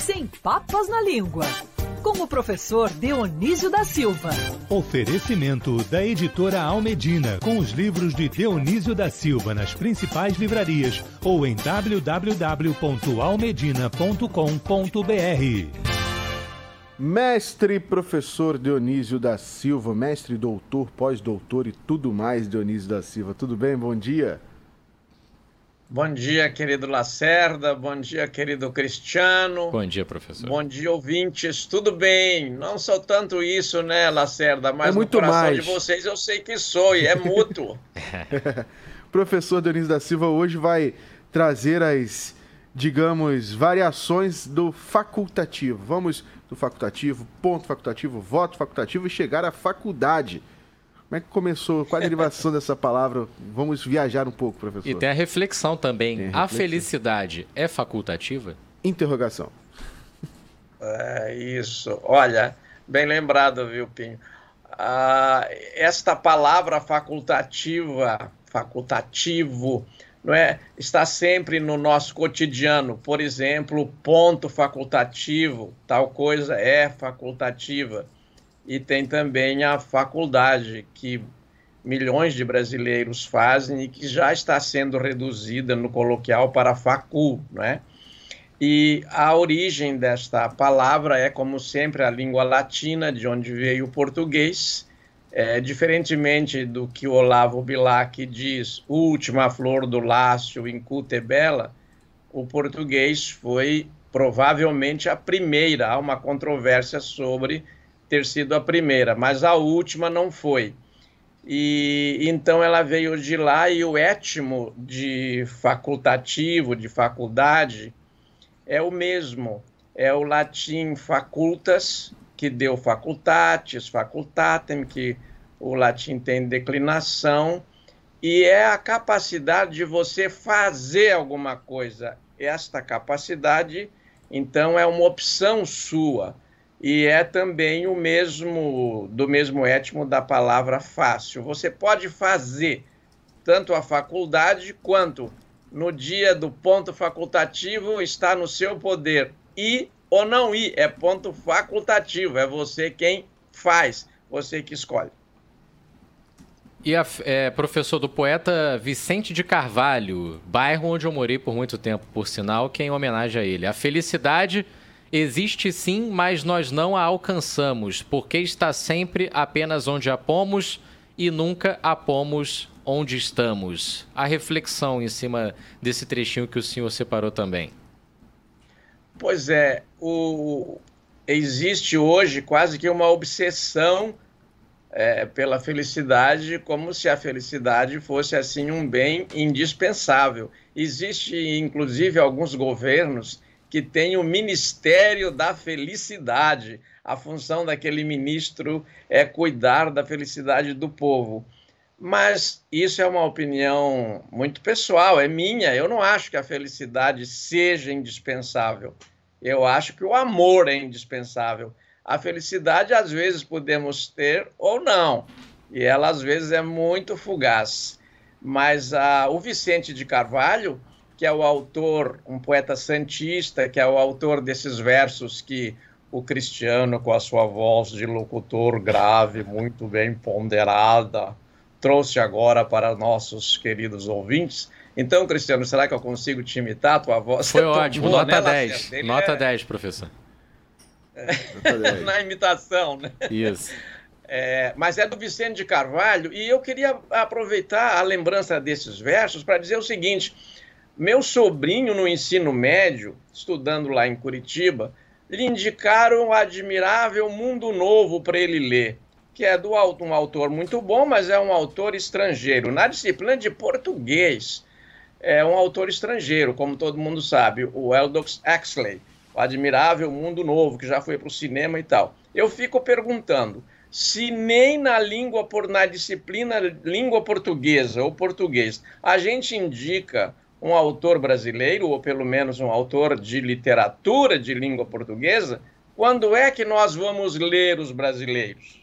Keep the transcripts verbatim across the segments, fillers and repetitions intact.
Sem papas na língua, com o professor Dionísio da Silva. Oferecimento da editora Almedina, com os livros de Dionísio da Silva nas principais livrarias ou em w w w ponto almedina ponto com ponto b r. Mestre professor Dionísio da Silva, mestre, doutor, pós-doutor e tudo mais, Dionísio da Silva. Tudo bem? Bom dia. Bom dia, querido Lacerda. Bom dia, querido Cristiano. Bom dia, professor. Bom dia, ouvintes. Tudo bem? Não sou tanto isso, né, Lacerda? Mas é muito no coração mais. de vocês eu sei que sou e é mútuo. Professor Dionísio da Silva hoje vai trazer as, digamos, variações do facultativo. Vamos do facultativo, ponto facultativo, voto facultativo e chegar à faculdade. Como é que começou? Qual a derivação dessa palavra? Vamos viajar um pouco, professor. E tem a reflexão também. Tem a A reflexão. felicidade é facultativa? Interrogação. É isso. Olha, bem lembrado, viu, Pinho? Ah, esta palavra facultativa, facultativo, não é? Está sempre no nosso cotidiano. Por exemplo, ponto facultativo, tal coisa é facultativa. E tem também a faculdade, que milhões de brasileiros fazem e que já está sendo reduzida no coloquial para facul, não é? E a origem desta palavra é, como sempre, a língua latina, de onde veio o português. É, diferentemente do que o Olavo Bilac diz, última flor do lácio, incute bela, o português foi provavelmente a primeira. Há uma controvérsia sobre ter sido a primeira, mas a última não foi. E então ela veio de lá, e o étimo de facultativo, de faculdade, é o mesmo. É o latim facultas, que deu facultatis, facultatem, que o latim tem declinação, e é a capacidade de você fazer alguma coisa. Esta capacidade, então, é uma opção sua. E é também o mesmo, do mesmo étimo da palavra fácil. Você pode fazer tanto a faculdade quanto no dia do ponto facultativo está no seu poder. Ir ou não ir, é ponto facultativo, é você quem faz, você que escolhe. E a, é, professor, do poeta Vicente de Carvalho, bairro onde eu morei por muito tempo, por sinal, que é em homenagem a ele. A felicidade existe sim, mas nós não a alcançamos, porque está sempre apenas onde a pomos e nunca a pomos onde estamos. A reflexão em cima desse trechinho que o senhor separou também. Pois é, o... existe hoje quase que uma obsessão é, pela felicidade, como se a felicidade fosse assim um bem indispensável. Existe, inclusive, alguns governos que tem o Ministério da Felicidade. A função daquele ministro é cuidar da felicidade do povo. Mas isso é uma opinião muito pessoal, é minha. Eu não acho que a felicidade seja indispensável. Eu acho que o amor é indispensável. A felicidade, às vezes, podemos ter ou não. E ela, às vezes, é muito fugaz. Mas ah, o Vicente de Carvalho, que é o autor, um poeta santista, que é o autor desses versos que o Cristiano, com a sua voz de locutor grave, muito bem ponderada, trouxe agora para nossos queridos ouvintes. Então, Cristiano, será que eu consigo te imitar? Tua voz Foi é tão ótimo, boa, nota né, dez. Nota é... dez, professor. É... Na imitação, né? Isso. É, mas é do Vicente de Carvalho, e eu queria aproveitar a lembrança desses versos para dizer o seguinte: meu sobrinho no ensino médio, estudando lá em Curitiba, lhe indicaram o admirável Mundo Novo para ele ler, que é de um autor muito bom, mas é um autor estrangeiro. Na disciplina de português, é um autor estrangeiro, como todo mundo sabe, o Aldous Huxley, o admirável Mundo Novo, que já foi para o cinema e tal. Eu fico perguntando, se nem na língua, na disciplina língua portuguesa ou português, a gente indica um autor brasileiro, ou pelo menos um autor de literatura de língua portuguesa, quando é que nós vamos ler os brasileiros?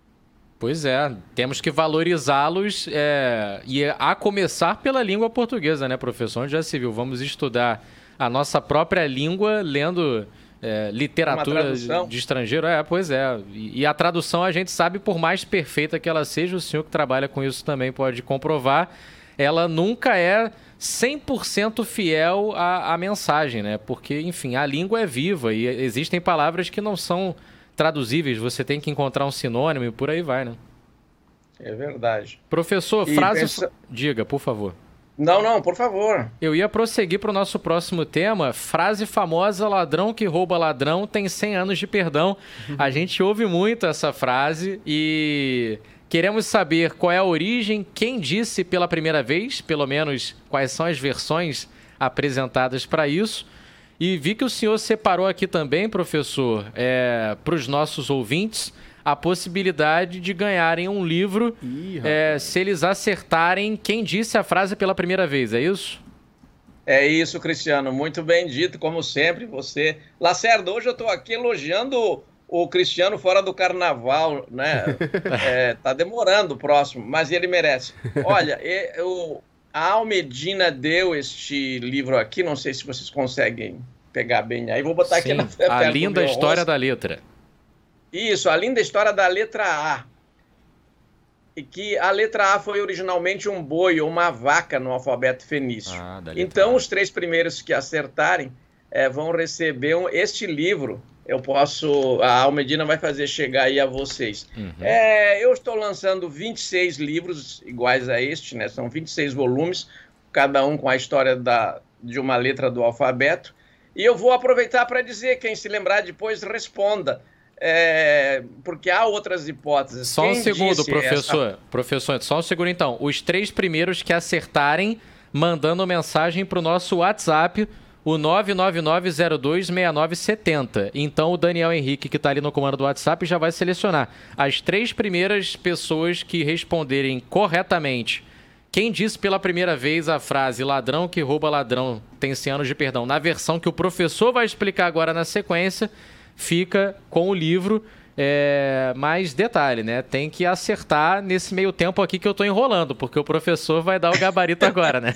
Pois é, temos que valorizá-los, é, e a começar pela língua portuguesa, né, professor? Onde já se viu, vamos estudar a nossa própria língua lendo é, literatura de estrangeiro. É, pois é. E, e a tradução a gente sabe, por mais perfeita que ela seja, o senhor que trabalha com isso também pode comprovar, ela nunca é cem por cento fiel à, à mensagem, né? Porque, enfim, a língua é viva e existem palavras que não são traduzíveis, você tem que encontrar um sinônimo e por aí vai, né? É verdade. Professor, e frase... pensa... Diga, por favor. Não, não, por favor. Eu ia prosseguir para o nosso próximo tema. Frase famosa: ladrão que rouba ladrão tem cem anos de perdão. A gente ouve muito essa frase e queremos saber qual é a origem, quem disse pela primeira vez, pelo menos quais são as versões apresentadas para isso. E vi que o senhor separou aqui também, professor, é, para os nossos ouvintes, a possibilidade de ganharem um livro Ih, é, se eles acertarem quem disse a frase pela primeira vez, é isso? É isso, Cristiano, muito bem dito, como sempre, você... Lacerda, hoje eu estou aqui elogiando o Cristiano fora do carnaval, né? É, tá demorando o próximo, mas ele merece. Olha, eu, a Almedina deu este livro aqui, não sei se vocês conseguem pegar bem aí, vou botar Sim, aqui na A Linda História rosto. da Letra. Isso, A Linda História da Letra A. E que a letra A foi originalmente um boi ou uma vaca no alfabeto fenício. Ah, então, A. os três primeiros que acertarem é, vão receber um, este livro. Eu posso... A Almedina vai fazer chegar aí a vocês. Uhum. É, eu estou lançando vinte e seis livros iguais a este, né? São vinte e seis volumes, cada um com a história da, de uma letra do alfabeto. E eu vou aproveitar para dizer, quem se lembrar depois, responda. É, porque há outras hipóteses. Só um Quem segundo, disse professor. essa... Professor, só um segundo então. Os três primeiros que acertarem, mandando mensagem para o nosso WhatsApp, o nove nove nove zero dois seis nove sete zero. Então o Daniel Henrique, que está ali no comando do WhatsApp, já vai selecionar as três primeiras pessoas que responderem corretamente. Quem disse pela primeira vez a frase ladrão que rouba ladrão tem cem anos de perdão, na versão que o professor vai explicar agora na sequência, fica com o livro. É, mais detalhe, né? Tem que acertar nesse meio tempo aqui que eu tô enrolando, porque o professor vai dar o gabarito agora, né?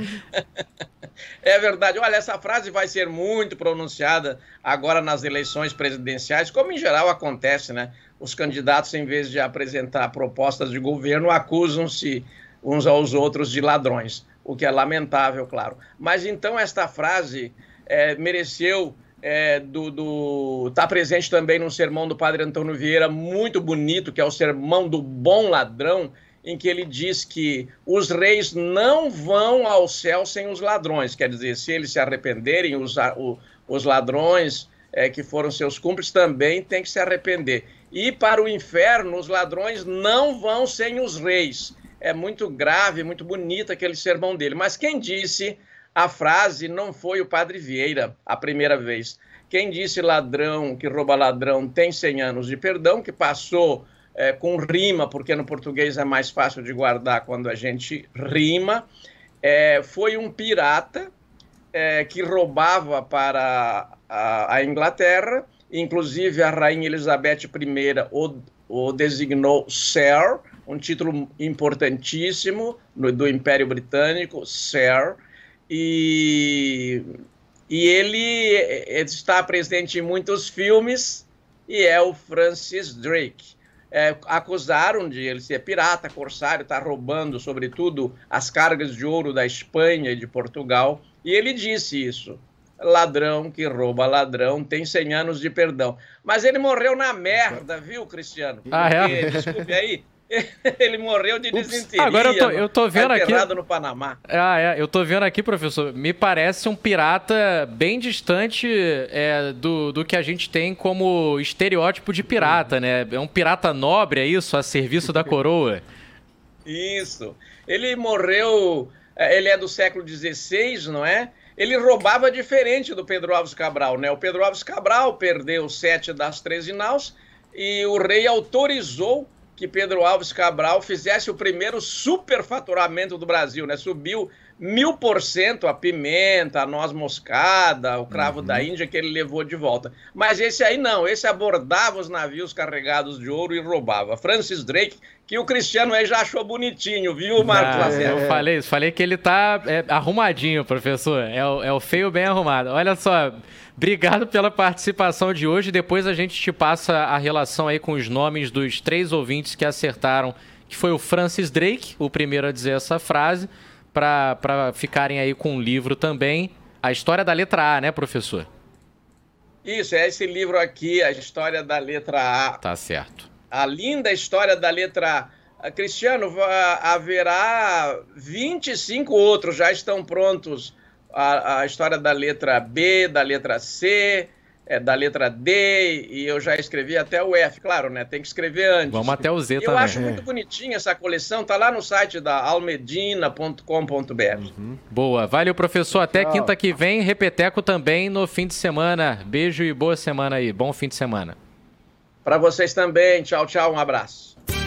É verdade. Olha, essa frase vai ser muito pronunciada agora nas eleições presidenciais, como em geral acontece, né? Os candidatos, em vez de apresentar propostas de governo, acusam-se uns aos outros de ladrões, o que é lamentável, claro. Mas então esta frase é, mereceu... É, do, do, tá presente também num sermão do Padre Antônio Vieira, muito bonito, que é o Sermão do Bom Ladrão, em que ele diz que os reis não vão ao céu sem os ladrões. Quer dizer, se eles se arrependerem, os, o, os ladrões é, que foram seus cúmplices também têm que se arrepender. E para o inferno, os ladrões não vão sem os reis. É muito grave, muito bonito aquele sermão dele. Mas quem disse... A frase não foi o Padre Vieira a primeira vez. Quem disse ladrão que rouba ladrão tem cem anos de perdão, que passou é, com rima, porque no português é mais fácil de guardar quando a gente rima, é, foi um pirata é, que roubava para a, a Inglaterra, inclusive a Rainha Elizabeth I o, o designou Sir, um título importantíssimo no, do Império Britânico, Sir. E, e ele está presente em muitos filmes e é o Francis Drake. É, acusaram de ele ser pirata, corsário, está roubando, sobretudo, as cargas de ouro da Espanha e de Portugal. E ele disse isso. Ladrão que rouba ladrão tem cem anos de perdão. Mas ele morreu na merda, viu, Cristiano? Porque, ah, é? Desculpe aí. Ele morreu de Ups. desinteria. Agora eu tô, eu tô vendo aqui. no Panamá. Ah, é. Eu tô vendo aqui, professor. Me parece um pirata bem distante é, do, do que a gente tem como estereótipo de pirata, né? É um pirata nobre, é isso? A serviço da coroa. Isso. Ele morreu. Ele é do século dezesseis, não é? Ele roubava diferente do Pedro Álvares Cabral, né? O Pedro Álvares Cabral perdeu sete das treze naus e o rei autorizou que Pedro Álvares Cabral fizesse o primeiro superfaturamento do Brasil, né? Subiu mil por cento a pimenta, a noz moscada, o cravo uhum. da Índia que ele levou de volta. Mas esse aí não, esse abordava os navios carregados de ouro e roubava. Francis Drake, que o Cristiano aí já achou bonitinho, viu, Marcos ah, Lacerda? Eu falei isso, falei que ele tá é, arrumadinho, professor. É o, é o feio bem arrumado. Olha só, obrigado pela participação de hoje. Depois a gente te passa a relação aí com os nomes dos três ouvintes que acertaram, que foi o Francis Drake, o primeiro a dizer essa frase, para ficarem aí com um livro também, A História da Letra A, né, professor? Isso, é esse livro aqui, A História da Letra A. Tá certo. A linda história da letra A. Cristiano, haverá vinte e cinco outros, já estão prontos. A, a história da letra B, da letra C, é, da letra D, e eu já escrevi até o F, claro, né? Tem que escrever antes. Vamos até o Z eu também. Eu acho muito bonitinha essa coleção, tá lá no site da almedina ponto com ponto b r. Uhum. Boa, valeu, professor. Até Tchau. Quinta que vem, repeteco também no fim de semana. Beijo e boa semana aí, bom fim de semana. Para vocês também, tchau, tchau, um abraço.